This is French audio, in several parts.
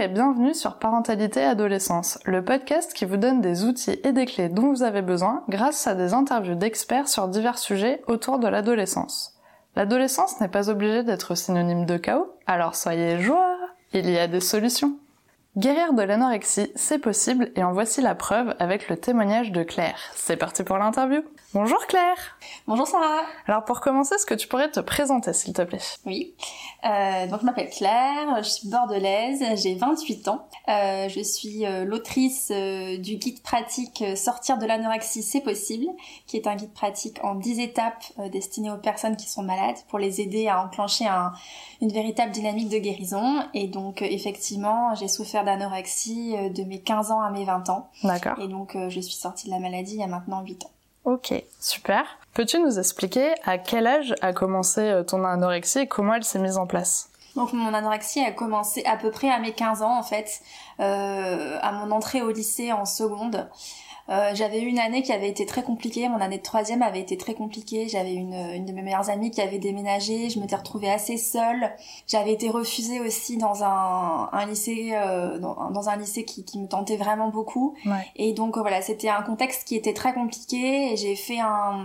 et bienvenue sur Parentalité Adolescence, le podcast qui vous donne des outils et des clés dont vous avez besoin grâce à des interviews d'experts sur divers sujets autour de l'adolescence. L'adolescence n'est pas obligée d'être synonyme de chaos, alors soyez joie, il y a des solutions. Guérir de l'anorexie, c'est possible et en voici la preuve avec le témoignage de Claire. C'est parti pour l'interview. Bonjour Claire. Bonjour Sarah. Alors pour commencer, est-ce que tu pourrais te présenter s'il te plaît ? Oui, donc je m'appelle Claire, je suis bordelaise, j'ai 28 ans. Je suis l'autrice du guide pratique Sortir de l'anorexie, c'est possible, qui est un guide pratique en 10 étapes destiné aux personnes qui sont malades pour les aider à enclencher une véritable dynamique de guérison. Et donc effectivement, j'ai souffert d'anorexie de mes 15 ans à mes 20 ans. D'accord. Et donc je suis sortie de la maladie il y a maintenant 8 ans. Ok, super. Peux-tu nous expliquer à quel âge a commencé ton anorexie et comment elle s'est mise en place ? Donc mon anorexie a commencé à peu près à mes 15 ans en fait, à mon entrée au lycée en seconde. J'avais eu une année qui avait été très compliquée, mon année de troisième avait été très compliquée, j'avais une de mes meilleures amies qui avait déménagé, je m'étais retrouvée assez seule, j'avais été refusée aussi dans un lycée dans un lycée qui me tentait vraiment beaucoup, ouais. Et donc voilà, c'était un contexte qui était très compliqué et j'ai fait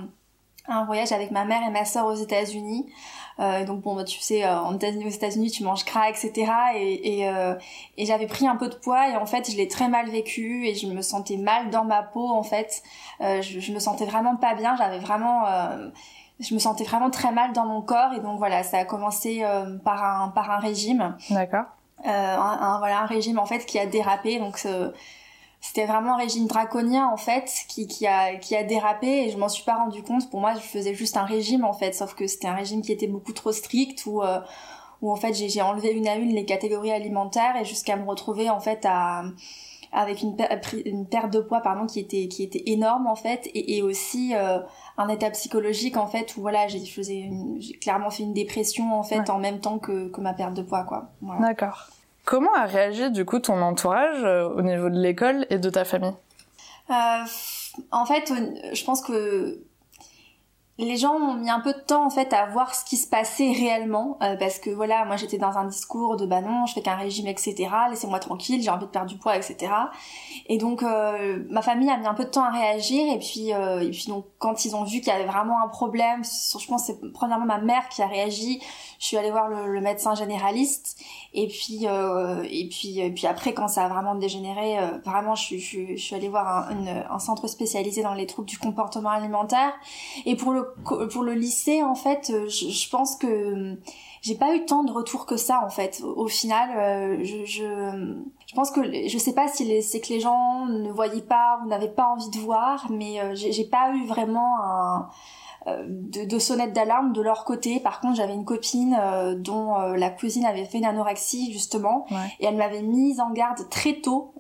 un voyage avec ma mère et ma sœur aux États-Unis. Donc bon, tu sais, aux États-Unis, tu manges gras, etc. Et j'avais pris un peu de poids et en fait, je l'ai très mal vécu et je me sentais mal dans ma peau en fait. Je me sentais vraiment pas bien. Je me sentais vraiment très mal dans mon corps et donc voilà, ça a commencé par un régime. D'accord. Un régime en fait qui a dérapé. Donc c'était vraiment un régime draconien en fait qui a dérapé et je m'en suis pas rendu compte. Pour moi, je faisais juste un régime en fait, sauf que c'était un régime qui était beaucoup trop strict où en fait j'ai enlevé une à une les catégories alimentaires et jusqu'à me retrouver en fait avec une perte de poids qui était énorme en fait et aussi un état psychologique en fait où voilà, j'ai clairement fait une dépression en fait, ouais. En même temps que ma perte de poids quoi. Voilà. D'accord. Comment a réagi du coup ton entourage au niveau de l'école et de ta famille ? En fait, je pense que les gens ont mis un peu de temps en fait à voir ce qui se passait réellement parce que voilà, moi j'étais dans un discours de bah non, je fais qu'un régime, etc. Laissez-moi tranquille, j'ai envie de perdre du poids, etc. Et donc ma famille a mis un peu de temps à réagir et puis donc quand ils ont vu qu'il y avait vraiment un problème, je pense que c'est premièrement ma mère qui a réagi. Je suis allée voir le médecin généraliste et puis après quand ça a vraiment dégénéré, vraiment je suis allée voir un centre spécialisé dans les troubles du comportement alimentaire. Et pour le lycée en fait, je pense que j'ai pas eu tant de retours que ça en fait. Au final, je pense que je sais pas si c'est que les gens ne voyaient pas ou n'avaient pas envie de voir, mais j'ai pas eu vraiment de sonnette d'alarme de leur côté. Par contre, j'avais une copine dont la cousine avait fait une anorexie justement, ouais. Et elle m'avait mise en garde très tôt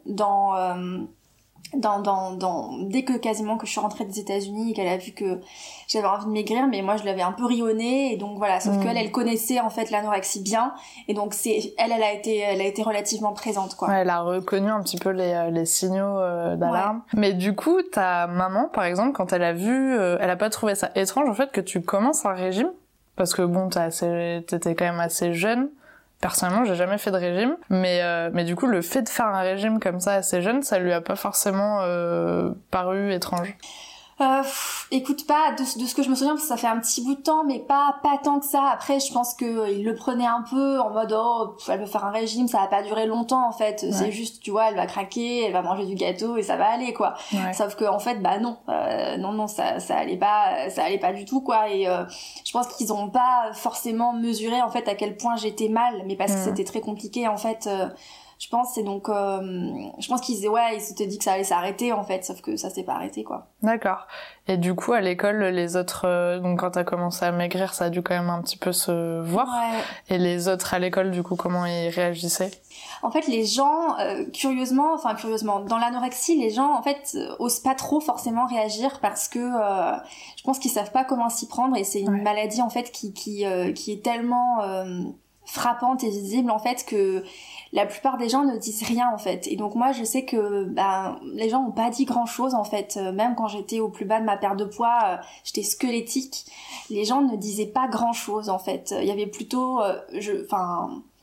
dès que quasiment que je suis rentrée des États-Unis et qu'elle a vu que j'avais envie de maigrir, mais moi je l'avais un peu rionné et donc voilà, sauf qu'elle elle connaissait en fait l'anorexie bien et donc elle a été relativement présente quoi. Ouais, elle a reconnu un petit peu les signaux d'alarme. Ouais. Mais du coup, ta maman par exemple, quand elle a vu, elle a pas trouvé ça étrange en fait que tu commences un régime parce que bon, t'étais quand même assez jeune. Personnellement, j'ai jamais fait de régime, mais du coup, le fait de faire un régime comme ça assez jeune, ça lui a pas forcément paru étrange. Écoute, pas de ce que je me souviens parce que ça fait un petit bout de temps, mais pas tant que ça. Après, je pense que il le prenait un peu en mode elle veut faire un régime, ça va pas durer longtemps en fait. Ouais. C'est juste, tu vois, elle va craquer, elle va manger du gâteau et ça va aller quoi. Ouais. Sauf que en fait, bah non, ça allait pas du tout quoi. Et je pense qu'ils ont pas forcément mesuré en fait à quel point j'étais mal, mais parce que c'était très compliqué en fait. Je pense c'est donc je pense qu'ils s'étaient dit que ça allait s'arrêter en fait, sauf que ça s'est pas arrêté quoi. D'accord. Et du coup à l'école les autres donc quand t'as commencé à maigrir, ça a dû quand même un petit peu se voir. Ouais. Et les autres à l'école du coup comment ils réagissaient ? En fait, les gens, curieusement, dans l'anorexie, les gens, en fait, osent pas trop forcément réagir parce que je pense qu'ils savent pas comment s'y prendre et c'est une maladie, en fait, qui est tellement frappante et visible, en fait, que la plupart des gens ne disent rien, en fait. Et donc, moi, je sais que les gens ont pas dit grand-chose, en fait. Même quand j'étais au plus bas de ma perte de poids, j'étais squelettique. Les gens ne disaient pas grand-chose, en fait. Il y avait plutôt...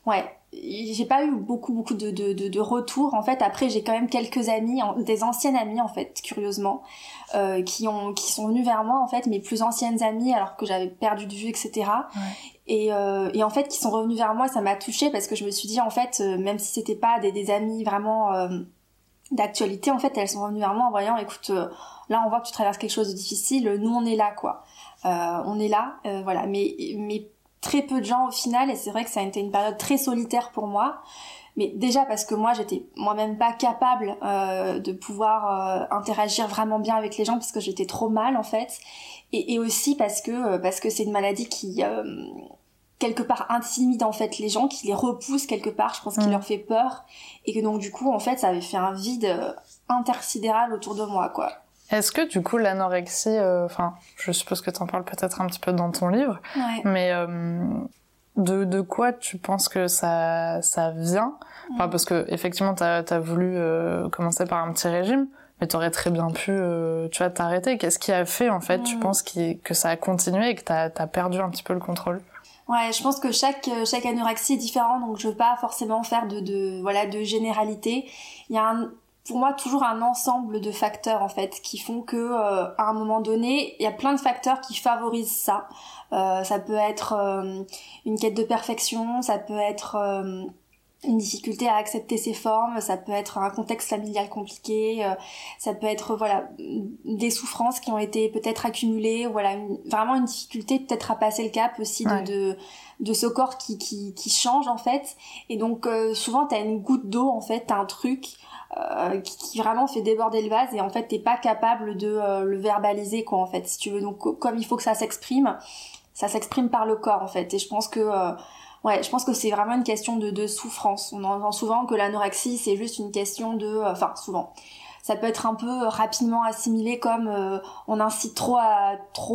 j'ai pas eu beaucoup de retours en fait. Après j'ai quand même quelques amis, des anciennes amies en fait, curieusement, qui sont venues vers moi en fait, mes plus anciennes amies alors que j'avais perdu de vue, etc. Ouais. Et en fait qui sont revenues vers moi, ça m'a touchée parce que je me suis dit en fait, même si c'était pas des amis vraiment d'actualité, en fait elles sont venues vers moi en voyant, écoute, là on voit que tu traverses quelque chose de difficile, nous on est là quoi, on est là, voilà. Mais très peu de gens au final, et c'est vrai que ça a été une période très solitaire pour moi, mais déjà parce que moi j'étais moi-même pas capable de pouvoir interagir vraiment bien avec les gens parce que j'étais trop mal en fait, et aussi parce que c'est une maladie qui quelque part intimide en fait les gens, qui les repousse quelque part, je pense qu'il leur fait peur, et que donc du coup en fait ça avait fait un vide intersidéral autour de moi quoi. Est-ce que du coup l'anorexie, je suppose que t'en parles peut-être un petit peu dans ton livre, Ouais. mais de quoi tu penses que ça vient? Enfin, parce que effectivement t'as voulu commencer par un petit régime, mais t'aurais très bien pu t'arrêter. Qu'est-ce qui a fait en fait, tu penses que ça a continué et que t'as perdu un petit peu le contrôle? Ouais, je pense que chaque anorexie est différente, donc je veux pas forcément faire de généralité. Il y a pour moi toujours un ensemble de facteurs en fait qui font que à un moment donné il y a plein de facteurs qui favorisent ça. Ça peut être une quête de perfection, ça peut être une difficulté à accepter ses formes, ça peut être un contexte familial compliqué, ça peut être des souffrances qui ont été peut-être accumulées, vraiment une difficulté peut-être à passer le cap aussi de ce corps qui change en fait. Et donc souvent t'as une goutte d'eau en fait, t'as un truc qui vraiment fait déborder le vase, et en fait t'es pas capable de le verbaliser quoi en fait, si tu veux. Donc comme il faut que ça s'exprime par le corps en fait, et je pense que c'est vraiment une question de souffrance. On entend souvent que l'anorexie c'est juste une question souvent ça peut être un peu rapidement assimilé comme on incite trop à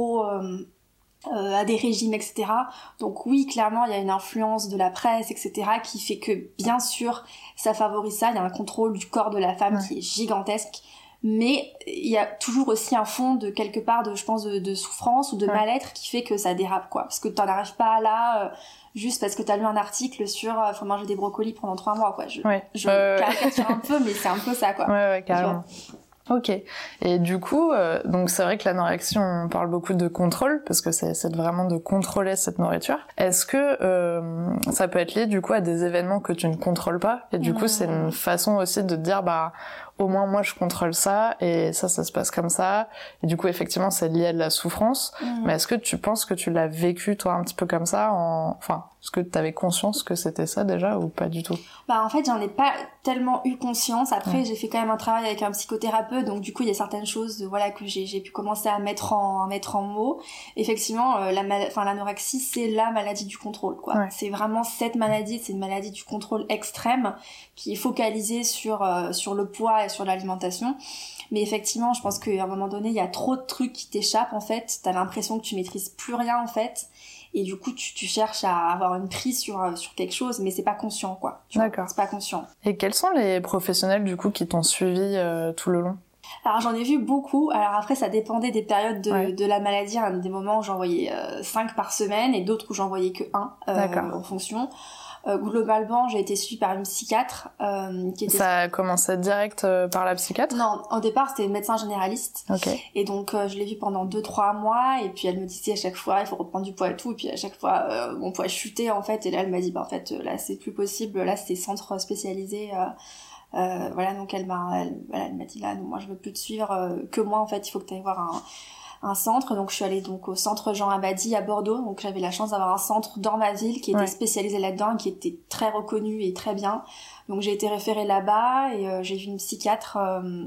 des régimes, etc. Donc oui, clairement, il y a une influence de la presse, etc. qui fait que, bien sûr, ça favorise ça. Il y a un contrôle du corps de la femme qui est gigantesque. Mais il y a toujours aussi un fond de quelque part de souffrance ou de mal-être qui fait que ça dérape, quoi. Parce que t'en arrives pas là juste parce que t'as lu un article sur faut manger des brocolis pendant 3 mois, quoi. Je caricature un peu, mais c'est un peu ça, quoi. Ouais, carrément. Ok. Et du coup, donc c'est vrai que l'anorexie, on parle beaucoup de contrôle, parce que c'est vraiment de contrôler cette nourriture. Est-ce que ça peut être lié du coup à des événements que tu ne contrôles pas, et du coup c'est une façon aussi de te dire au moins moi je contrôle ça, et ça se passe comme ça, et du coup effectivement c'est lié à de la souffrance. Mais est-ce que tu penses que tu l'as vécu toi un petit peu comme ça, est-ce que tu avais conscience que c'était ça déjà, ou pas du tout? En fait j'en ai pas tellement eu conscience. Après j'ai fait quand même un travail avec un psychothérapeute, donc du coup il y a certaines choses que j'ai pu commencer à mettre en mots. Effectivement l'anorexie c'est la maladie du contrôle, quoi. C'est vraiment cette maladie, c'est une maladie du contrôle extrême qui est focalisée sur le poids et sur l'alimentation. Mais effectivement je pense qu'à un moment donné il y a trop de trucs qui t'échappent en fait, t'as l'impression que tu maîtrises plus rien en fait, et du coup tu cherches à avoir une prise sur quelque chose, mais c'est pas conscient, quoi. D'accord. C'est pas conscient. Et quels sont les professionnels du coup qui t'ont suivi tout le long? Alors j'en ai vu beaucoup. Alors après ça dépendait des périodes de la maladie. Il y a des moments où j'en voyais 5 par semaine, et d'autres où j'en voyais que 1 en fonction. Globalement, j'ai été suivie par une psychiatre qui était... Ça a commencé direct par la psychiatre? Non, au départ, c'était une médecin généraliste. Okay. Et donc, je l'ai vue pendant 2-3 mois, et puis elle me disait à chaque fois, il faut reprendre du poids et tout, et puis à chaque fois, mon poids chutait, en fait, et là, elle m'a dit, en fait, là, c'est plus possible, là, c'est centre spécialisé, donc elle m'a dit, là, non, moi, je veux plus te suivre, que moi, en fait, il faut que tu ailles voir un centre. Donc je suis allée donc au centre Jean Abadie à Bordeaux, donc j'avais la chance d'avoir un centre dans ma ville qui était spécialisé là-dedans, qui était très reconnu et très bien. Donc j'ai été référée là-bas, et j'ai vu une psychiatre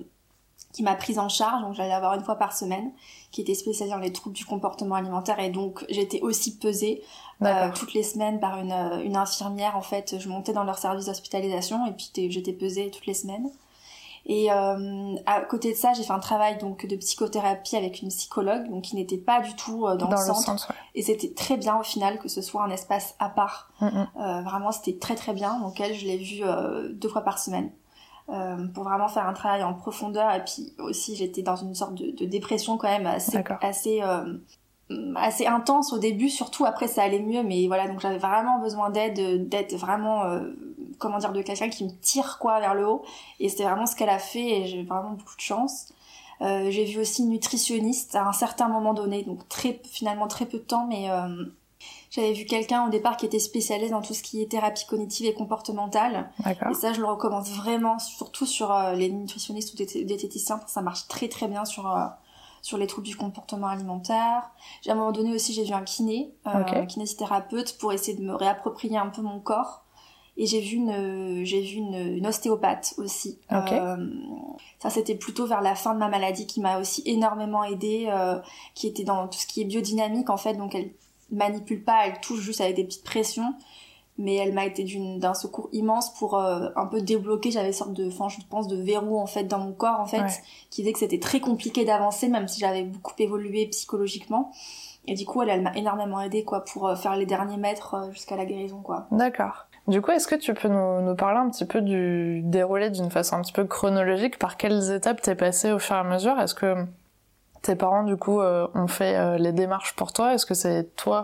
qui m'a prise en charge, donc j'allais la voir 1 fois par semaine, qui était spécialisée dans les troubles du comportement alimentaire, et donc j'étais aussi pesée toutes les semaines par une infirmière. En fait, je montais dans leur service d'hospitalisation, et puis j'étais pesée toutes les semaines. Et à côté de ça, j'ai fait un travail donc de psychothérapie avec une psychologue, donc qui n'était pas du tout dans le centre. Et c'était très bien au final que ce soit un espace à part. Vraiment, c'était très très bien. Donc elle, je l'ai vue 2 fois par semaine pour vraiment faire un travail en profondeur. Et puis aussi, j'étais dans une sorte de dépression quand même assez assez intense au début, surtout après ça allait mieux, mais voilà, donc j'avais vraiment besoin d'être vraiment, de quelqu'un qui me tire quoi vers le haut, et c'était vraiment ce qu'elle a fait, et j'ai vraiment beaucoup de chance. J'ai vu aussi une nutritionniste à un certain moment donné, donc finalement très peu de temps, mais j'avais vu quelqu'un au départ qui était spécialisé dans tout ce qui est thérapie cognitive et comportementale. D'accord. Et ça, je le recommande vraiment, surtout sur les nutritionnistes ou diététiciens, ça marche très très bien sur les troubles du comportement alimentaire. À un moment donné aussi, j'ai vu un kinésithérapeute pour essayer de me réapproprier un peu mon corps. Et j'ai vu une ostéopathe aussi. Ça, c'était plutôt vers la fin de ma maladie qui m'a aussi énormément aidée, qui était dans tout ce qui est biodynamique en fait, donc elle manipule pas, elle touche juste avec des petites pressions, mais elle m'a été d'un secours immense pour un peu débloquer. J'avais une sorte de verrou en fait dans mon corps en fait, qui faisait que c'était très compliqué d'avancer même si j'avais beaucoup évolué psychologiquement. Et du coup elle m'a énormément aidée quoi pour faire les derniers mètres jusqu'à la guérison quoi. D'accord. Du coup, est-ce que tu peux nous parler un petit peu du déroulé d'une façon un petit peu chronologique, par quelles étapes t'es passée au fur et à mesure? Est-ce que tes parents, du coup, ont fait les démarches pour toi? Est-ce que c'est toi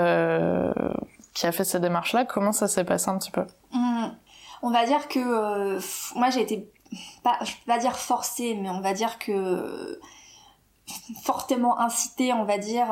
qui a fait ces démarches-là? Comment ça s'est passé un petit peu? On va dire que moi j'ai été, je peux pas dire forcée, mais on va dire que fortement incitée, on va dire,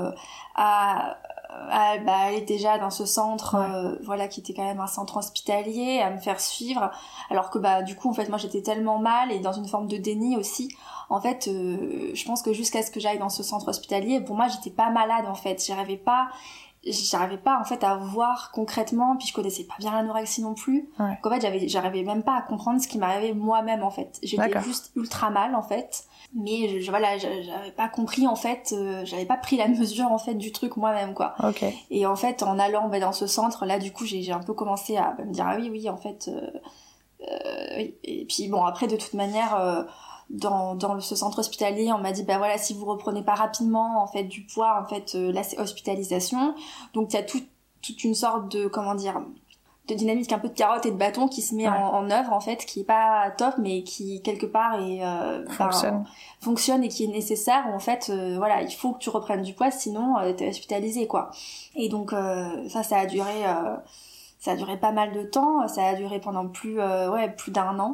à aller déjà dans ce centre, qui était quand même un centre hospitalier, à me faire suivre, alors que du coup en fait moi j'étais tellement mal et dans une forme de déni aussi. En fait, je pense que jusqu'à ce que j'aille dans ce centre hospitalier, pour moi j'étais pas malade en fait, j'arrivais pas en fait à voir concrètement, puis je connaissais pas bien l'anorexie non plus. Donc en fait j'arrivais même pas à comprendre ce qui m'arrivait moi-même en fait. J'étais juste ultra mal en fait, mais j'avais pas compris en fait, j'avais pas pris la mesure en fait du truc moi-même quoi. Et en fait en allant dans ce centre là, du coup j'ai un peu commencé à me dire ah oui en fait oui. Et puis bon après de toute manière dans ce centre hospitalier, on m'a dit si vous reprenez pas rapidement en fait du poids, en fait là c'est hospitalisation. Donc il y a toute une sorte de de dynamique, un peu de carotte et de bâton qui se met en œuvre en fait, qui est pas top mais qui quelque part fonctionne et qui est nécessaire, où en fait il faut que tu reprennes du poids, sinon t'es hospitalisé quoi. Et donc ça a duré pas mal de temps, ça a duré pendant plus d'un an,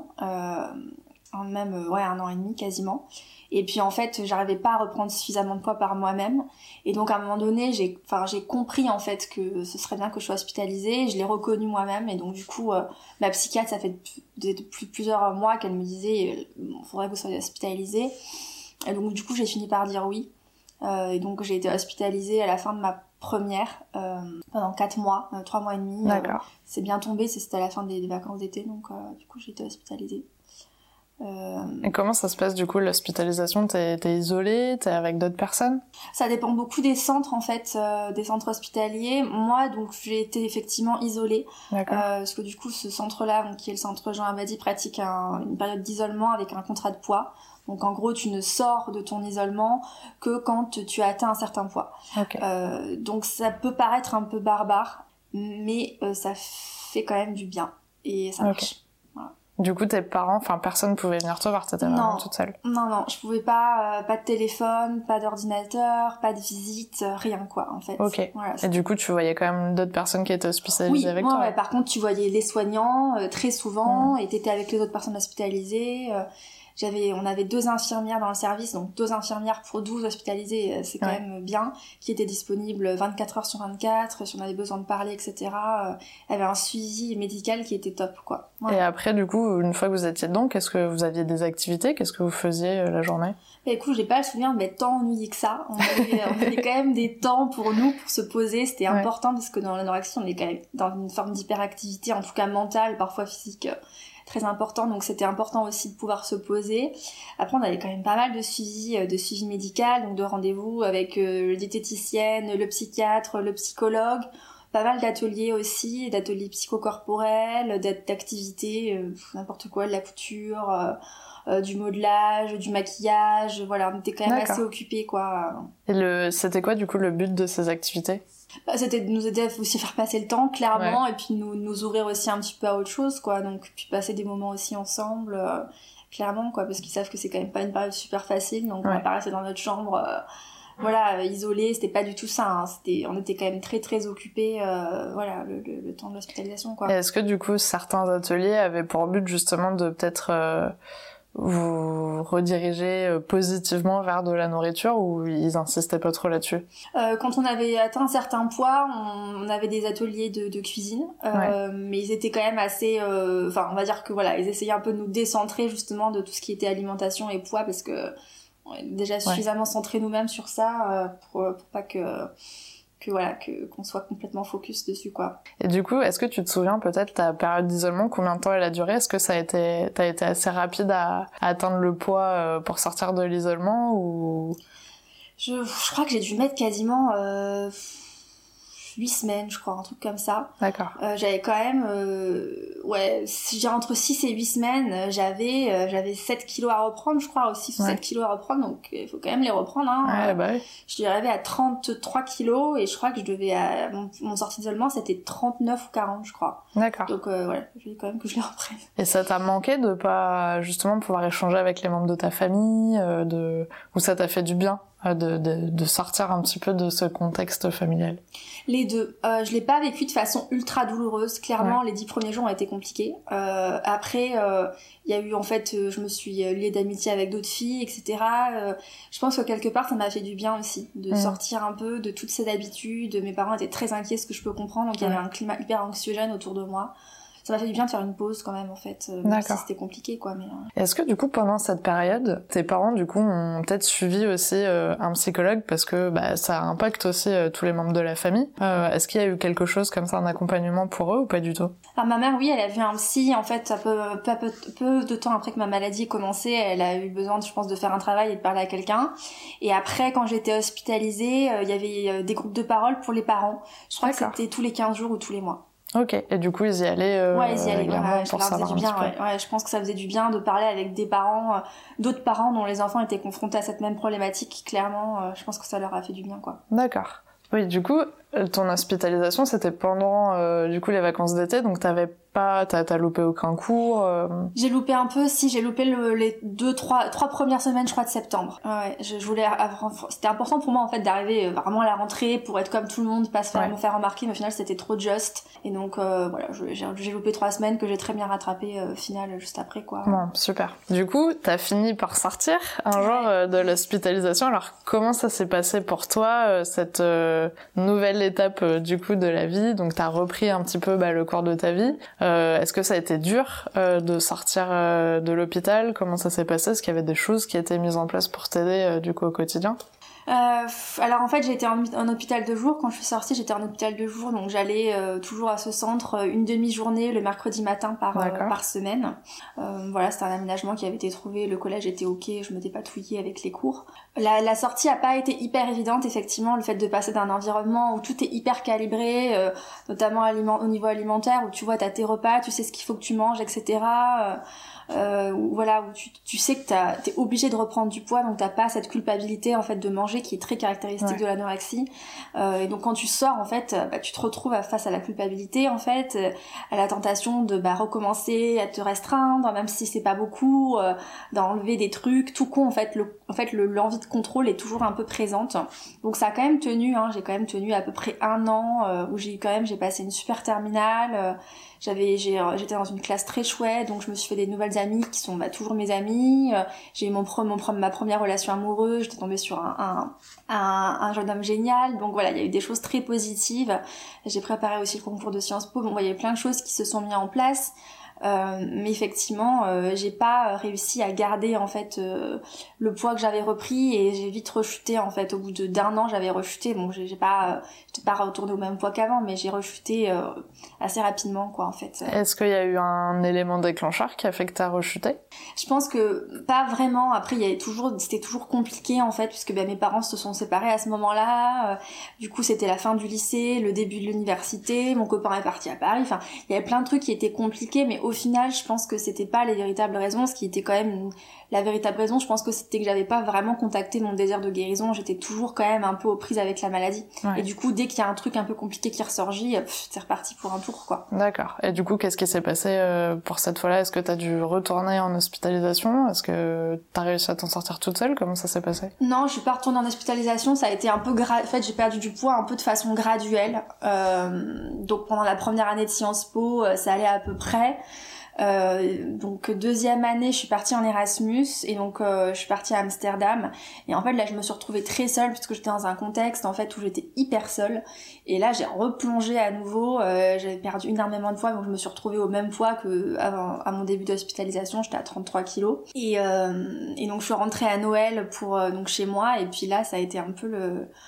même 1 an et demi quasiment. Et puis en fait j'arrivais pas à reprendre suffisamment de poids par moi-même, et donc à un moment donné j'ai compris en fait que ce serait bien que je sois hospitalisée. Je l'ai reconnu moi-même, et donc du coup ma psychiatre, ça fait plusieurs mois qu'elle me disait faudrait que vous soyez hospitalisée, et donc du coup j'ai fini par dire oui, et donc j'ai été hospitalisée à la fin de ma première pendant 4 mois, 3 mois et demi. C'est bien tombé, c'était à la fin des vacances d'été, donc du coup j'ai été hospitalisée. Et comment ça se passe du coup l'hospitalisation? T'es isolée? T'es avec d'autres personnes? Ça dépend beaucoup des centres en fait, des centres hospitaliers. Moi donc j'ai été effectivement isolée, parce que du coup ce centre-là, donc, qui est le centre Jean Abadie, pratique une période d'isolement avec un contrat de poids. Donc en gros tu ne sors de ton isolement que quand tu as atteint un certain poids. Donc ça peut paraître un peu barbare, mais ça fait quand même du bien et ça marche. Du coup, tes parents, personne pouvait venir te voir, t'étais vraiment toute seule? Non, je pouvais pas, pas de téléphone, pas d'ordinateur, pas de visite, rien quoi, en fait. Et du coup, tu voyais quand même d'autres personnes qui étaient hospitalisées avec toi? Oui, par contre, tu voyais les soignants très souvent, et t'étais avec les autres personnes hospitalisées. On avait 2 infirmières dans le service, donc 2 infirmières pour 12 hospitalisés, c'est quand même bien, qui étaient disponibles 24 heures sur 24, si on avait besoin de parler, etc. Il y avait un suivi médical qui était top, quoi. Et après, du coup, une fois que vous étiez dedans, qu'est-ce que vous aviez des activités? Qu'est-ce que vous faisiez la journée? Écoute, j'ai pas le souvenir d'être tant ennuyée que ça. On avait quand même des temps pour nous, pour se poser. C'était important, parce que dans l'anorexie, on est quand même dans une forme d'hyperactivité, en tout cas mentale, parfois physique, très important, donc c'était important aussi de pouvoir se poser. Après on avait quand même pas mal de suivi médical, donc de rendez-vous avec le diététicienne, le psychiatre, le psychologue, pas mal d'ateliers aussi, d'ateliers psychocorporels, d'activités, n'importe quoi, de la couture, du modelage, du maquillage, on était quand même assez occupés quoi. Et c'était quoi du coup le but de ces activités? C'était de nous aider à aussi faire passer le temps, clairement, et puis nous ouvrir aussi un petit peu à autre chose, quoi. Donc, puis passer des moments aussi ensemble, clairement, quoi, parce qu'ils savent que c'est quand même pas une période super facile, donc on va pas rester dans notre chambre voilà, isolé, c'était pas du tout ça, hein. On était quand même très très occupés, voilà, le temps de l'hospitalisation, quoi. Et est-ce que du coup certains ateliers avaient pour but justement de peut-être vous rediriger positivement vers de la nourriture, ou ils insistaient pas trop là-dessus? Quand on avait atteint un certain poids, on avait des ateliers de cuisine, mais ils étaient quand même assez, enfin on va dire que voilà, ils essayaient un peu de nous décentrer justement de tout ce qui était alimentation et poids, parce que on est déjà suffisamment centrés nous-mêmes sur ça, pour pas qu'on soit complètement focus dessus, quoi. Et du coup, est-ce que tu te souviens peut-être ta période d'isolement, combien de temps elle a duré? Est-ce que t'as été assez rapide à atteindre le poids pour sortir de l'isolement, ou... Je crois que j'ai dû mettre quasiment 8 semaines, je crois, un truc comme ça. D'accord. J'avais quand même, si j'ai entre 6 et 8 semaines, j'avais 7 kilos à reprendre, je crois, aussi 7 kilos à reprendre, donc il faut quand même les reprendre, hein. Ouais, bah oui. Je suis arrivée à 33 kilos, et je crois que je devais, mon sortie d'isolement, c'était 39 ou 40, je crois. D'accord. Donc voilà, il fallait quand même que je les reprenne. Et ça t'a manqué de pas, justement, pouvoir échanger avec les membres de ta famille, ou ça t'a fait du bien de sortir un petit peu de ce contexte familial? Les deux. Je l'ai pas vécu de façon ultra douloureuse. Clairement, les 10 premiers jours ont été compliqués. Après, il y a eu, en fait, je me suis liée d'amitié avec d'autres filles, etc. Je pense que quelque part, ça m'a fait du bien aussi, de sortir un peu de toutes ces habitudes. Mes parents étaient très inquiets, ce que je peux comprendre, donc il y avait un climat hyper anxiogène autour de moi. Ça m'a fait du bien de faire une pause quand même, en fait, même si c'était compliqué, quoi. Mais est-ce que du coup, pendant cette période, tes parents du coup ont peut-être suivi aussi un psychologue, parce que ça impacte aussi tous les membres de la famille? Est-ce qu'il y a eu quelque chose comme ça, un accompagnement pour eux, ou pas du tout? Alors, ma mère, oui, elle a vu un psy, en fait, peu de temps après que ma maladie ait commencé. Elle a eu besoin, je pense, de faire un travail et de parler à quelqu'un. Et après, quand j'étais hospitalisée, il y avait des groupes de parole pour les parents. Je crois que c'était tous les 15 jours ou tous les mois. Ok, et du coup ils y allaient ils y allaient, pour savoir un petit peu. Ouais, je pense que ça faisait du bien de parler avec des parents, d'autres parents dont les enfants étaient confrontés à cette même problématique. Clairement, je pense que ça leur a fait du bien, quoi. D'accord. Oui, du coup, ton hospitalisation, c'était pendant du coup les vacances d'été, donc t'as loupé aucun cours? J'ai loupé un peu, j'ai loupé les 3 premières semaines, je crois, de septembre. Ouais, je voulais, c'était important pour moi, en fait, d'arriver vraiment à la rentrée pour être comme tout le monde, pas me faire remarquer, mais au final, c'était trop juste. Et donc, voilà, j'ai loupé 3 semaines que j'ai très bien rattrapé, au final, juste après, quoi. Bon, super. Du coup, t'as fini par sortir un jour de l'hospitalisation. Alors, comment ça s'est passé pour toi, cette nouvelle étape, du coup, de la vie? Donc, t'as repris un petit peu le cours de ta vie. Est-ce que ça a été dur de sortir de l'hôpital? Comment ça s'est passé? Est-ce qu'il y avait des choses qui étaient mises en place pour t'aider du coup au quotidien? Alors en fait j'ai été en hôpital de jour. Quand je suis sortie, j'étais en hôpital de jour, donc j'allais toujours à ce centre une demi-journée le mercredi matin par semaine. Voilà, c'était un aménagement qui avait été trouvé, le collège était ok, je m'étais pas touillée avec les cours. La sortie a pas été hyper évidente, effectivement, le fait de passer d'un environnement où tout est hyper calibré, notamment au niveau alimentaire, où tu vois t'as tes repas, tu sais ce qu'il faut que tu manges, etc. Où tu sais que t'es obligé de reprendre du poids, donc t'as pas cette culpabilité en fait de manger qui est très caractéristique de l'anorexie. Et donc quand tu sors en fait, tu te retrouves face à la culpabilité en fait, à la tentation de recommencer à te restreindre, même si c'est pas beaucoup, d'enlever des trucs tout con en fait. L'envie de contrôle est toujours un peu présente. Donc ça a quand même tenu, j'ai quand même tenu à peu près 1 an où j'ai passé une super terminale. J'étais dans une classe très chouette, donc je me suis fait des nouvelles amies qui sont toujours mes amies. J'ai eu ma première relation amoureuse, j'étais tombée sur un jeune homme génial, donc voilà, il y a eu des choses très positives. J'ai préparé aussi le concours de Sciences Po, donc il y a eu plein de choses qui se sont mises en place. Mais effectivement j'ai pas réussi à garder en fait le poids que j'avais repris, et j'ai vite rechuté en fait. Au bout d'1 an j'avais rechuté, bon j'étais pas retournée au même poids qu'avant, mais j'ai rechuté assez rapidement quoi en fait. Est-ce qu'il y a eu un élément déclencheur qui a fait que t'as rechuté? Je pense que pas vraiment. Après c'était toujours compliqué en fait, puisque mes parents se sont séparés à ce moment-là, du coup c'était la fin du lycée, le début de l'université, mon copain est parti à Paris, enfin il y avait plein de trucs qui étaient compliqués, mais au final je pense que c'était pas les véritables raisons. Ce qui était quand même la véritable raison, je pense que c'était que j'avais pas vraiment contacté mon désir de guérison. J'étais toujours quand même un peu aux prises avec la maladie. Ouais. Et du coup, dès qu'il y a un truc un peu compliqué qui ressurgit, c'est reparti pour un tour, quoi. D'accord. Et du coup, qu'est-ce qui s'est passé pour cette fois-là? Est-ce que t'as dû retourner en hospitalisation? Est-ce que t'as réussi à t'en sortir toute seule? Comment ça s'est passé? Non, je suis pas retournée en hospitalisation. Ça a été un peu en fait, j'ai perdu du poids un peu de façon graduelle. Donc pendant la première année de Sciences Po, ça allait à peu près. Donc deuxième année, je suis partie en Erasmus et donc je suis partie à Amsterdam et en fait là je me suis retrouvée très seule puisque j'étais dans un contexte en fait où j'étais hyper seule et là j'ai replongé à nouveau, j'avais perdu énormément de poids donc je me suis retrouvée au même poids que avant, à mon début d'hospitalisation, j'étais à 33 kilos et donc je suis rentrée à Noël pour donc chez moi et puis là ça a été un peu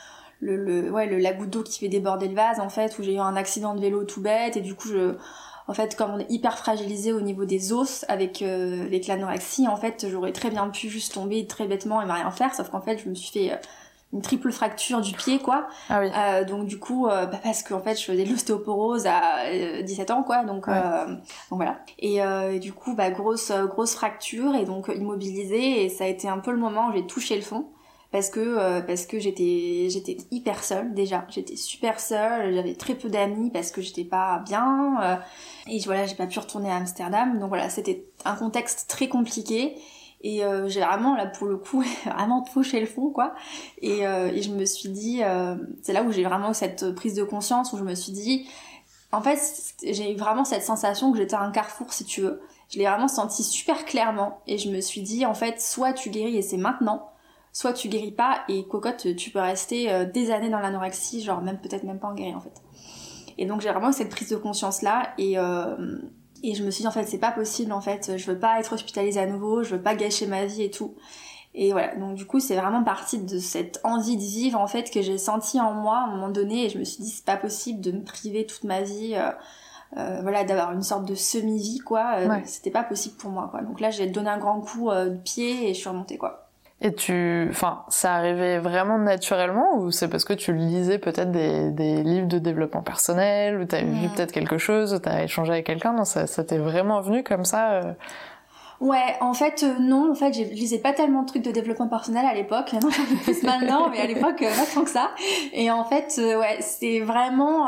la goutte d'eau qui fait déborder le vase en fait, où j'ai eu un accident de vélo tout bête et du coup en fait, comme on est hyper fragilisé au niveau des os avec l'anorexie, en fait, j'aurais très bien pu juste tomber très bêtement et rien faire, sauf qu'en fait, je me suis fait une triple fracture du pied, quoi. Ah oui. Donc du coup, parce qu'en fait, je faisais de l'ostéoporose à 17 ans, quoi. Donc voilà. Et du coup, grosse fracture et donc immobilisée. Et ça a été un peu le moment où j'ai touché le fond. Parce que j'étais hyper seule déjà, j'étais super seule, j'avais très peu d'amis parce que j'étais pas bien et voilà, j'ai pas pu retourner à Amsterdam. Donc voilà, c'était un contexte très compliqué et j'ai vraiment là pour le coup vraiment touché le fond, quoi. Et je me suis dit c'est là où j'ai vraiment cette prise de conscience où je me suis dit en fait, j'ai eu vraiment cette sensation que j'étais à un carrefour, si tu veux. Je l'ai vraiment senti super clairement et je me suis dit en fait, soit tu guéris et c'est maintenant, soit tu guéris pas et cocotte tu peux rester des années dans l'anorexie, genre peut-être même pas en guérir en fait. Et donc j'ai vraiment eu cette prise de conscience là et je me suis dit en fait c'est pas possible en fait, je veux pas être hospitalisée à nouveau, je veux pas gâcher ma vie et tout. Et voilà, donc du coup c'est vraiment parti de cette envie de vivre en fait que j'ai sentie en moi à un moment donné et je me suis dit c'est pas possible de me priver toute ma vie voilà, d'avoir une sorte de semi-vie quoi, c'était pas possible pour moi quoi. Donc là j'ai donné un grand coup de pied et je suis remontée quoi. Et ça arrivait vraiment naturellement ou c'est parce que tu lisais peut-être des livres de développement personnel ou t'avais vu peut-être quelque chose, ou t'as échangé avec quelqu'un, non, ça t'est vraiment venu comme ça Ouais, en fait, non, en fait, je lisais pas tellement de trucs de développement personnel à l'époque, non, j'en lis plus maintenant, mais à l'époque, pas tant que ça. Et en fait, ouais, c'est vraiment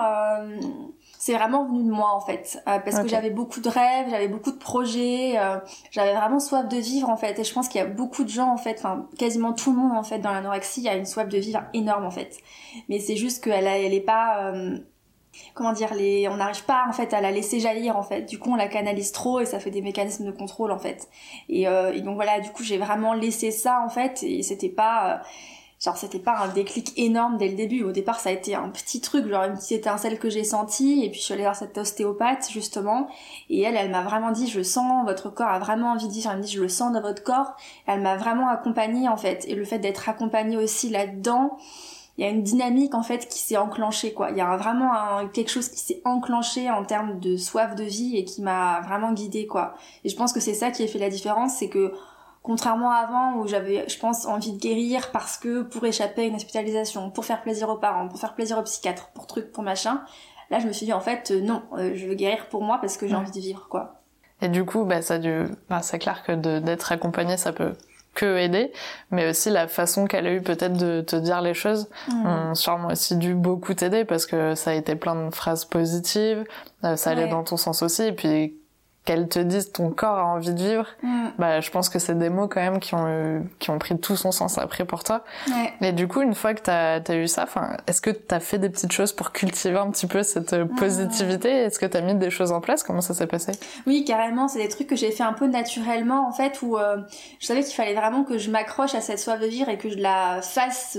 venu de moi en fait parce que j'avais beaucoup de rêves, j'avais beaucoup de projets, j'avais vraiment soif de vivre en fait et je pense qu'il y a beaucoup de gens en fait, enfin quasiment tout le monde en fait dans l'anorexie, il y a une soif de vivre énorme en fait, mais c'est juste qu'elle est pas comment dire, on n'arrive pas en fait à la laisser jaillir en fait, du coup on la canalise trop et ça fait des mécanismes de contrôle en fait et donc voilà, du coup j'ai vraiment laissé ça en fait et c'était pas un déclic énorme dès le début. Au départ, ça a été un petit truc, genre une petite étincelle que j'ai sentie, et puis je suis allée voir cette ostéopathe, justement, et elle m'a vraiment dit, je sens, votre corps a vraiment envie de vivre, elle me dit, je le sens dans votre corps, elle m'a vraiment accompagnée, en fait, et le fait d'être accompagnée aussi là-dedans, il y a une dynamique, en fait, qui s'est enclenchée, quoi. Il y a vraiment quelque chose qui s'est enclenché en termes de soif de vie, et qui m'a vraiment guidée, quoi. Et je pense que c'est ça qui a fait la différence, c'est que contrairement à avant où j'avais, je pense, envie de guérir parce que pour échapper à une hospitalisation, pour faire plaisir aux parents, pour faire plaisir au psychiatre, pour truc, pour machin, là je me suis dit en fait non, je veux guérir pour moi parce que j'ai envie de vivre quoi. Et du coup, c'est clair que d'être accompagnée ça peut que aider, mais aussi la façon qu'elle a eu peut-être de te dire les choses ont sûrement aussi dû beaucoup t'aider parce que ça a été plein de phrases positives, ça allait dans ton sens aussi et puis qu'elle te dise ton corps a envie de vivre, je pense que c'est des mots quand même qui ont pris tout son sens après pour toi. Ouais. Et du coup, une fois que t'as eu ça, est-ce que t'as fait des petites choses pour cultiver un petit peu cette positivité? Est-ce que t'as mis des choses en place? Comment ça s'est passé? Oui, carrément, c'est des trucs que j'ai fait un peu naturellement en fait, où je savais qu'il fallait vraiment que je m'accroche à cette soif de vivre et que je la fasse,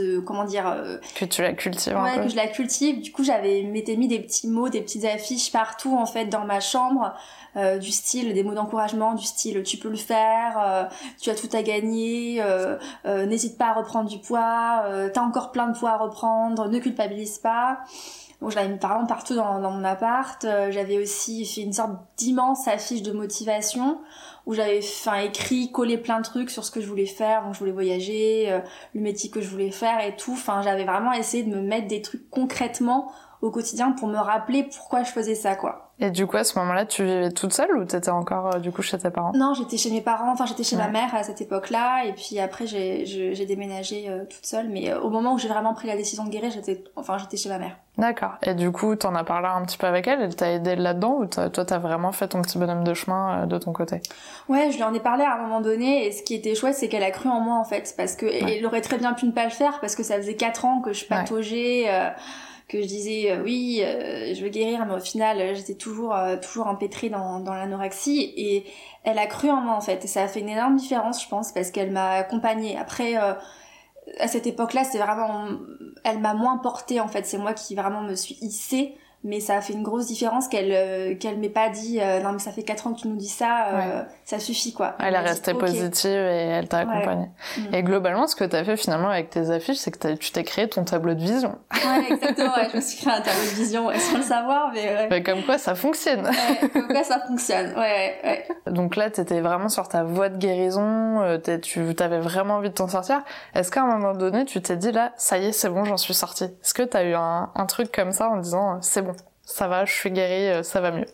que tu la cultives un peu. Ouais, que je la cultive. Du coup, m'étais mis des petits mots, des petites affiches partout en fait dans ma chambre. Du style des mots d'encouragement, du style tu peux le faire, tu as tout à gagner, n'hésite pas à reprendre du poids, t'as encore plein de poids à reprendre, ne culpabilise pas. Bon, je l'avais mis vraiment partout dans mon appart. J'avais aussi fait une sorte d'immense affiche de motivation où j'avais écrit, collé plein de trucs sur ce que je voulais faire. Donc je voulais voyager, le métier que je voulais faire et tout. J'avais vraiment essayé de me mettre des trucs concrètement au quotidien pour me rappeler pourquoi je faisais ça, quoi. Et du coup, à ce moment-là, tu vivais toute seule ou t'étais encore du coup chez tes parents? Non, j'étais chez mes parents, enfin j'étais chez ma mère à cette époque-là, et puis après j'ai déménagé toute seule, mais au moment où j'ai vraiment pris la décision de guérir, j'étais chez ma mère. D'accord. Et du coup, t'en as parlé un petit peu avec elle t'a aidé là-dedans ou toi t'as vraiment fait ton petit bonhomme de chemin de ton côté? Ouais, je lui en ai parlé à un moment donné, et ce qui était chouette, c'est qu'elle a cru en moi en fait, parce que elle aurait très bien pu ne pas le faire, parce que ça faisait 4 ans que je pataugeais, que je disais oui, je veux guérir, mais au final j'étais toujours empêtrée dans l'anorexie, et elle a cru en moi en fait, et ça a fait une énorme différence, je pense, parce qu'elle m'a accompagnée. Après à cette époque-là, c'est vraiment, elle m'a moins portée en fait, c'est moi qui vraiment me suis hissée, mais ça a fait une grosse différence qu'elle m'ait pas dit non mais ça fait 4 ans que tu nous dis ça, ça suffit quoi. Elle est restée positive et elle t'a accompagnée. Et globalement, ce que t'as fait finalement avec tes affiches, c'est que tu t'es créé ton tableau de vision. Ouais, exactement, je me suis créé un tableau de vision sans le savoir, mais Mais comme quoi ça fonctionne. Comme quoi ça fonctionne, ouais. Donc là, t'étais vraiment sur ta voie de guérison, t'avais vraiment envie de t'en sortir. Est-ce qu'à un moment donné, tu t'es dit là, ça y est, c'est bon, j'en suis sortie? Est-ce que t'as eu un truc comme ça en disant c'est bon, ça va, je suis guérie, ça va mieux?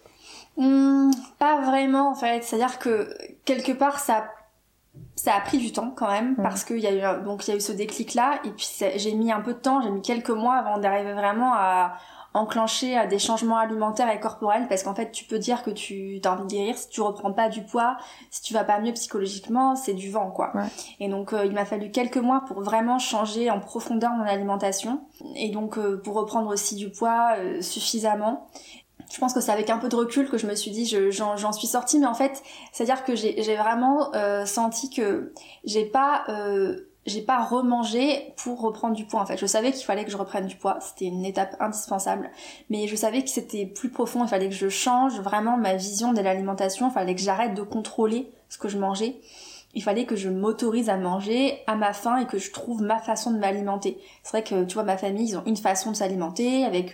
Pas vraiment en fait, c'est-à-dire que quelque part ça a pris du temps quand même, parce qu'il y a eu ce déclic là, et puis j'ai mis un peu de temps, j'ai mis quelques mois avant d'arriver vraiment à enclencher des changements alimentaires et corporels, parce qu'en fait tu peux dire que tu as envie de guérir, si tu reprends pas du poids, si tu vas pas mieux psychologiquement, c'est du vent quoi. Et donc il m'a fallu quelques mois pour vraiment changer en profondeur mon alimentation, et donc pour reprendre aussi du poids suffisamment. Je pense que c'est avec un peu de recul que je me suis dit j'en suis sortie, mais en fait c'est à dire que j'ai vraiment senti que j'ai pas remangé pour reprendre du poids en fait. Je savais qu'il fallait que je reprenne du poids, c'était une étape indispensable, mais je savais que c'était plus profond, il fallait que je change vraiment ma vision de l'alimentation, il fallait que j'arrête de contrôler ce que je mangeais. Il fallait que je m'autorise à manger à ma faim et que je trouve ma façon de m'alimenter. C'est vrai que tu vois, ma famille, ils ont une façon de s'alimenter avec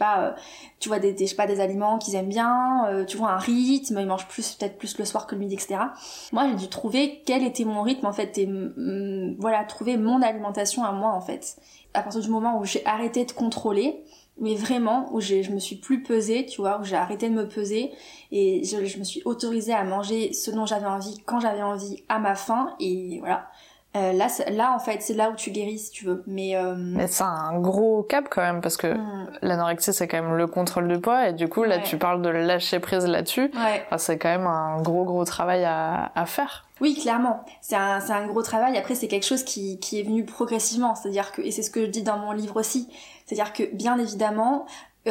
tu vois des aliments qu'ils aiment bien, tu vois un rythme, ils mangent peut-être plus le soir que le midi, etc. Moi, j'ai dû trouver quel était mon rythme en fait, et trouver mon alimentation à moi en fait. À partir du moment où j'ai arrêté de contrôler, mais vraiment où je me suis plus pesée, tu vois, où j'ai arrêté de me peser, et je me suis autorisée à manger ce dont j'avais envie, quand j'avais envie, à ma faim, et voilà. Là en fait c'est là où tu guéris si tu veux, mais c'est un gros cap quand même, parce que l'anorexie c'est quand même le contrôle du poids, et du coup là tu parles de lâcher prise là-dessus. Enfin, c'est quand même un gros travail à faire. Oui, clairement, c'est un gros travail. Après c'est quelque chose qui est venu progressivement, c'est-à-dire que, et c'est ce que je dis dans mon livre aussi, c'est-à-dire que bien évidemment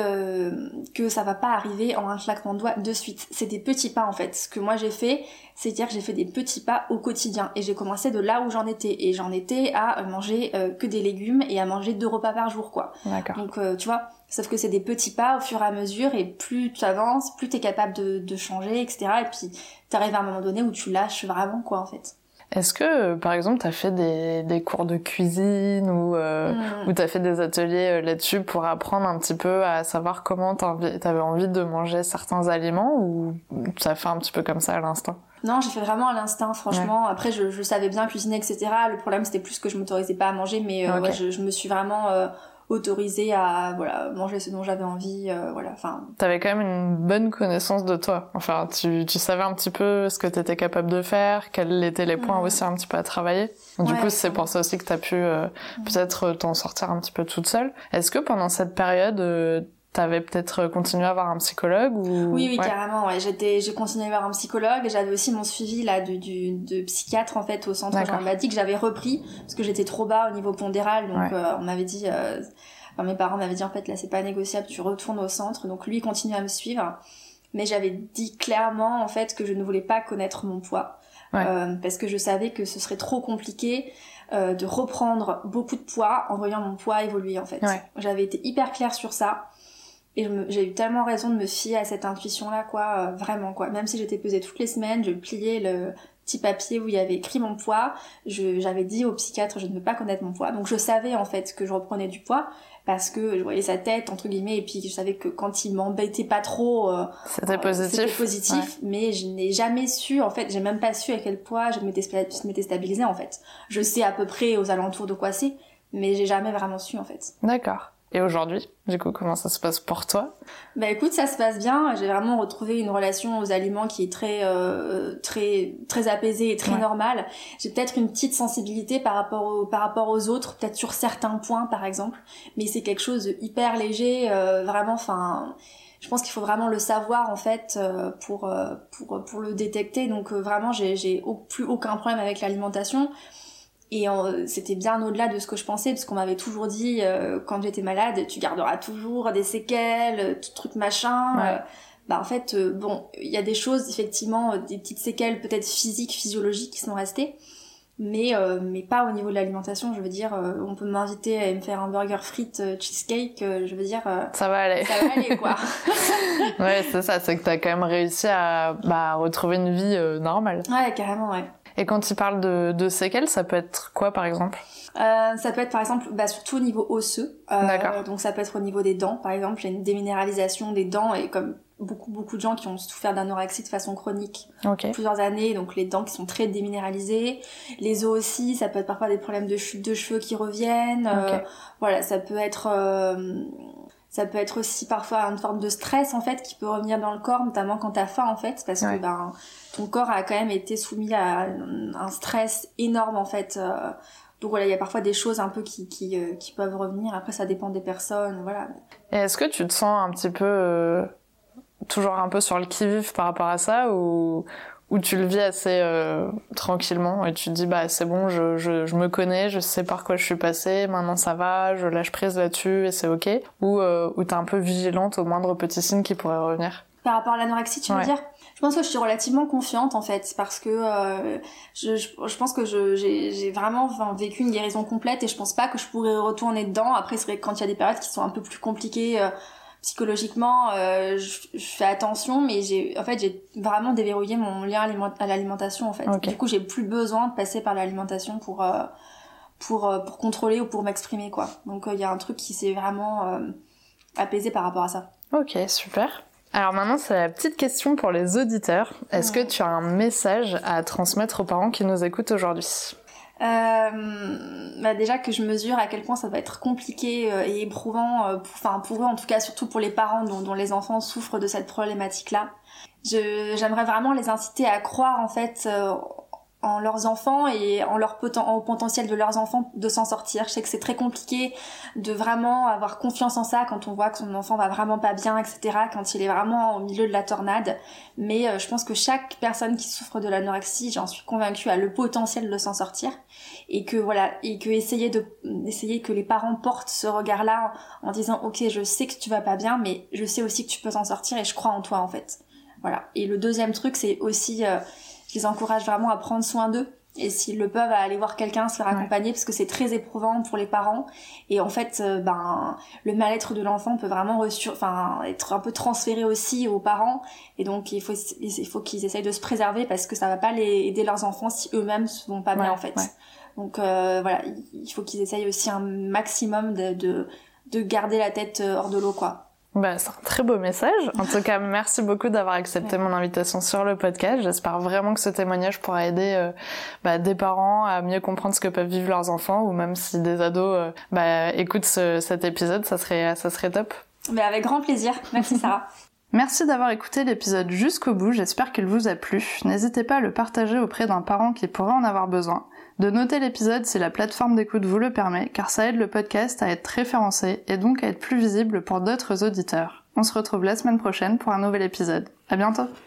que ça va pas arriver en un claquement de doigts de suite. C'est des petits pas en fait. Ce que moi j'ai fait, c'est-à-dire que j'ai fait des petits pas au quotidien, et j'ai commencé de là où j'en étais, et j'en étais à manger que des légumes et à manger 2 repas par jour quoi. D'accord. Donc tu vois, sauf que c'est des petits pas au fur et à mesure, et plus tu avances, plus t'es capable de changer, etc. Et puis t'arrives à un moment donné où tu lâches vraiment quoi en fait. Est-ce que, par exemple, t'as fait des cours de cuisine ou t'as fait des ateliers là-dessus pour apprendre un petit peu à savoir comment t'avais envie de manger certains aliments, ou t'as fait un petit peu comme ça à l'instinct? Non, j'ai fait vraiment à l'instinct, franchement. Après, je savais bien cuisiner, etc. Le problème, c'était plus que je m'autorisais pas à manger, mais je me suis vraiment autorisée à manger ce dont j'avais envie, T'avais quand même une bonne connaissance de toi. Enfin, tu savais un petit peu ce que t'étais capable de faire, quels étaient les points aussi un petit peu à travailler. Donc, du coup, c'est pour ça aussi que t'as pu peut-être t'en sortir un petit peu toute seule. Est-ce que pendant cette période, t'avais peut-être continué à voir un psychologue ou... Oui, carrément, ouais. J'ai continué à voir un psychologue, et j'avais aussi mon suivi là de psychiatre en fait au centre. On m'a dit que j'avais repris parce que j'étais trop bas au niveau pondéral, donc on m'avait dit mes parents m'avaient dit en fait là c'est pas négociable, tu retournes au centre. Donc lui il continue à me suivre, mais j'avais dit clairement en fait que je ne voulais pas connaître mon poids, parce que je savais que ce serait trop compliqué de reprendre beaucoup de poids en voyant mon poids évoluer en fait. J'avais été hyper claire sur ça. Et j'ai eu tellement raison de me fier à cette intuition-là, quoi, vraiment, quoi. Même si j'étais pesée toutes les semaines, je pliais le petit papier où il y avait écrit mon poids, j'avais dit au psychiatre, je ne veux pas connaître mon poids. Donc je savais, en fait, que je reprenais du poids, parce que je voyais sa tête, entre guillemets, et puis je savais que quand il m'embêtait pas trop, c'était positif. Mais je n'ai jamais su, en fait, j'ai même pas su à quel poids je m'étais stabilisée, en fait. Je sais à peu près aux alentours de quoi c'est, mais j'ai jamais vraiment su, en fait. D'accord. Et aujourd'hui, du coup, comment ça se passe pour toi? Bah écoute, ça se passe bien. J'ai vraiment retrouvé une relation aux aliments qui est très apaisée et très normale. J'ai peut-être une petite sensibilité par rapport aux autres, peut-être sur certains points par exemple, mais c'est quelque chose de hyper léger, vraiment. Enfin, je pense qu'il faut vraiment le savoir en fait pour le détecter. Donc vraiment, j'ai plus aucun problème avec l'alimentation. Et c'était bien au-delà de ce que je pensais, parce qu'on m'avait toujours dit, quand j'étais malade, tu garderas toujours des séquelles, tout truc machin. Ouais. Bah en fait, bon, il y a des choses, effectivement, des petites séquelles peut-être physiques, physiologiques qui sont restées, mais pas au niveau de l'alimentation. Je veux dire, on peut m'inviter à me faire un burger frites, cheesecake, je veux dire... ça va aller. Ça va aller, quoi. Ouais, c'est ça, c'est que t'as quand même réussi à retrouver une vie normale. Ouais, carrément, ouais. Et quand tu parles de séquelles, ça peut être quoi par exemple? Ça peut être par exemple surtout au niveau osseux. D'accord. Donc ça peut être au niveau des dents par exemple. J'ai une déminéralisation des dents et comme beaucoup de gens qui ont souffert d'anorexie de façon chronique plusieurs années, donc les dents qui sont très déminéralisées. Les os aussi, ça peut être parfois des problèmes de chute de cheveux qui reviennent. Voilà, ça peut être aussi parfois une forme de stress en fait qui peut revenir dans le corps, notamment quand t'as faim en fait, parce que ton corps a quand même été soumis à un stress énorme en fait. Donc voilà, il y a parfois des choses un peu qui peuvent revenir. Après, ça dépend des personnes, voilà. Et est-ce que tu te sens un petit peu toujours un peu sur le qui-vive par rapport à ça, ou tu le vis assez tranquillement et tu te dis bah c'est bon, je me connais, je sais par quoi je suis passée, maintenant ça va, je lâche prise là-dessus et c'est ok, ou t'es un peu vigilante au moindre petit signe qui pourrait revenir? Par rapport à l'anorexie, tu veux dire? Je pense que je suis relativement confiante en fait, parce que je pense que j'ai vraiment vécu une guérison complète et je pense pas que je pourrais retourner dedans. Après, c'est vrai que quand il y a des périodes qui sont un peu plus compliquées psychologiquement, je fais attention, mais j'ai vraiment déverrouillé mon lien à l'alimentation en fait. Du coup, j'ai plus besoin de passer par l'alimentation pour contrôler ou pour m'exprimer quoi. Donc il y a un truc qui s'est vraiment apaisé par rapport à ça. Ok, super. Alors maintenant, c'est la petite question pour les auditeurs. Est-ce que tu as un message à transmettre aux parents qui nous écoutent aujourd'hui? Déjà que je mesure à quel point ça va être compliqué et éprouvant, pour eux en tout cas, surtout pour les parents dont les enfants souffrent de cette problématique-là. J'aimerais vraiment les inciter à croire en fait en leurs enfants et au potentiel de leurs enfants de s'en sortir. Je sais que c'est très compliqué de vraiment avoir confiance en ça quand on voit que son enfant va vraiment pas bien, etc., quand il est vraiment au milieu de la tornade. Mais je pense que chaque personne qui souffre de l'anorexie, j'en suis convaincue, a le potentiel de s'en sortir. Et que voilà, et que essayer que les parents portent ce regard-là en disant ok, je sais que tu vas pas bien, mais je sais aussi que tu peux t'en sortir et je crois en toi en fait. Voilà. Et le deuxième truc, c'est aussi je les encourage vraiment à prendre soin d'eux et s'ils le peuvent à aller voir quelqu'un, se faire accompagner parce que c'est très éprouvant pour les parents et en fait le mal-être de l'enfant peut vraiment être un peu transféré aussi aux parents et donc il faut qu'ils essayent de se préserver parce que ça va pas aider leurs enfants si eux-mêmes se vont pas bien en fait. Donc voilà, il faut qu'ils essayent aussi un maximum de garder la tête hors de l'eau quoi. Bah, c'est un très beau message. En tout cas, merci beaucoup d'avoir accepté mon invitation sur le podcast. J'espère vraiment que ce témoignage pourra aider des parents à mieux comprendre ce que peuvent vivre leurs enfants, ou même si des ados écoutent cet épisode, ça serait top. Mais avec grand plaisir. Merci Sarah. Merci d'avoir écouté l'épisode jusqu'au bout, j'espère qu'il vous a plu. N'hésitez pas à le partager auprès d'un parent qui pourrait en avoir besoin. De noter l'épisode si la plateforme d'écoute vous le permet, car ça aide le podcast à être référencé et donc à être plus visible pour d'autres auditeurs. On se retrouve la semaine prochaine pour un nouvel épisode. À bientôt!